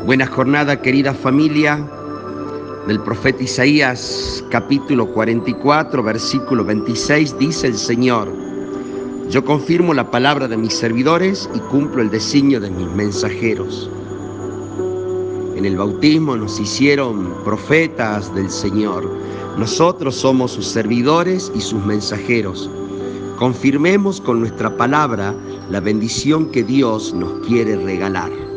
Buena jornada, querida familia del profeta Isaías, capítulo 44, versículo 26, dice el Señor: yo confirmo la palabra de mis servidores y cumplo el designio de mis mensajeros. En el bautismo nos hicieron profetas del Señor. Nosotros somos sus servidores y sus mensajeros. Confirmemos con nuestra palabra la bendición que Dios nos quiere regalar.